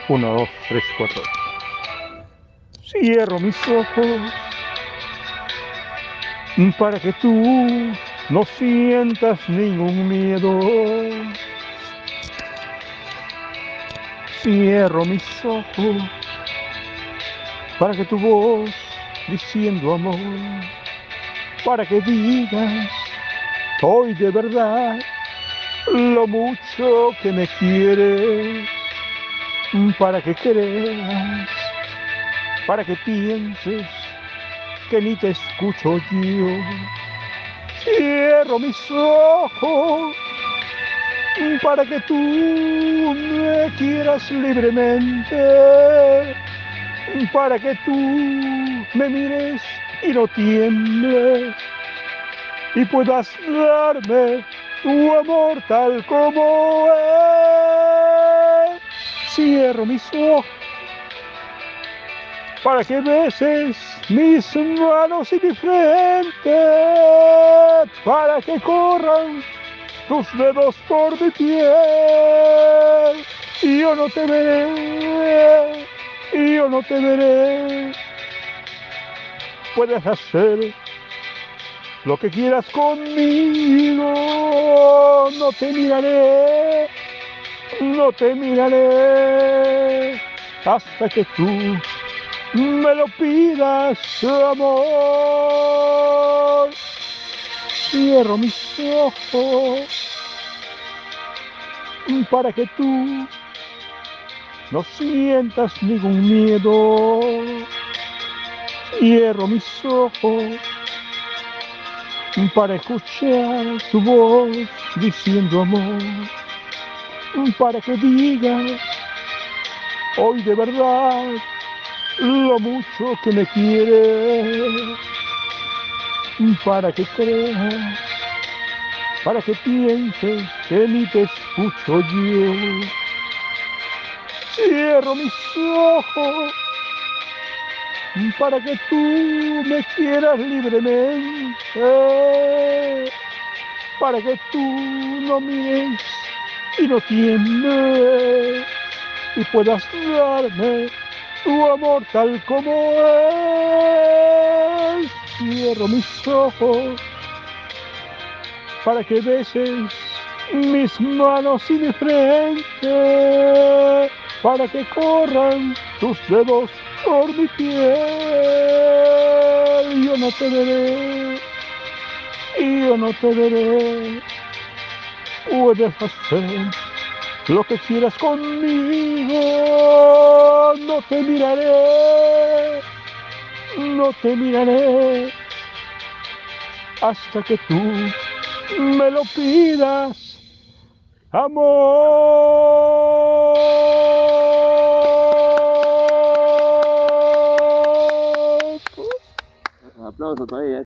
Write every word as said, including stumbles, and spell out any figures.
Uno, dos, tres, cuatro. Cierro mis ojos para que tú no sientas ningún miedo. Cierro mis ojos para que tu voz diciendo amor, para que digas hoy de verdad lo mucho que me quieres, para que creas, para que pienses que ni te escucho yo. Cierro mis ojos para que tú me quieras libremente, para que tú me mires y no tiembles y puedas darme tu amor tal como es. Cierro mis ojos para que beses mis manos y mi frente, para que corran tus dedos por mi piel. Y yo no te veré, y yo no te veré. Puedes hacer lo que quieras conmigo, no te miraré, no te miraré hasta que tú me lo pidas, amor. Cierro mis ojos para que tú no sientas ningún miedo. Cierro mis ojos para escuchar tu voz diciendo amor, para que digas hoy de verdad lo mucho que me quieres, para que creas, para que pienses que ni te escucho yo. Cierro mis ojos para que tú me quieras libremente, para que tú no mires y no tiembles y puedas darme tu amor tal como es. Cierro mis ojos para que beses mis manos y mi frente, para que corran tus dedos por mi piel. Yo no te veré, yo no te veré. Puedes hacer lo que quieras conmigo, no te miraré, no te miraré hasta que tú me lo pidas, amor. Aplauso todavía.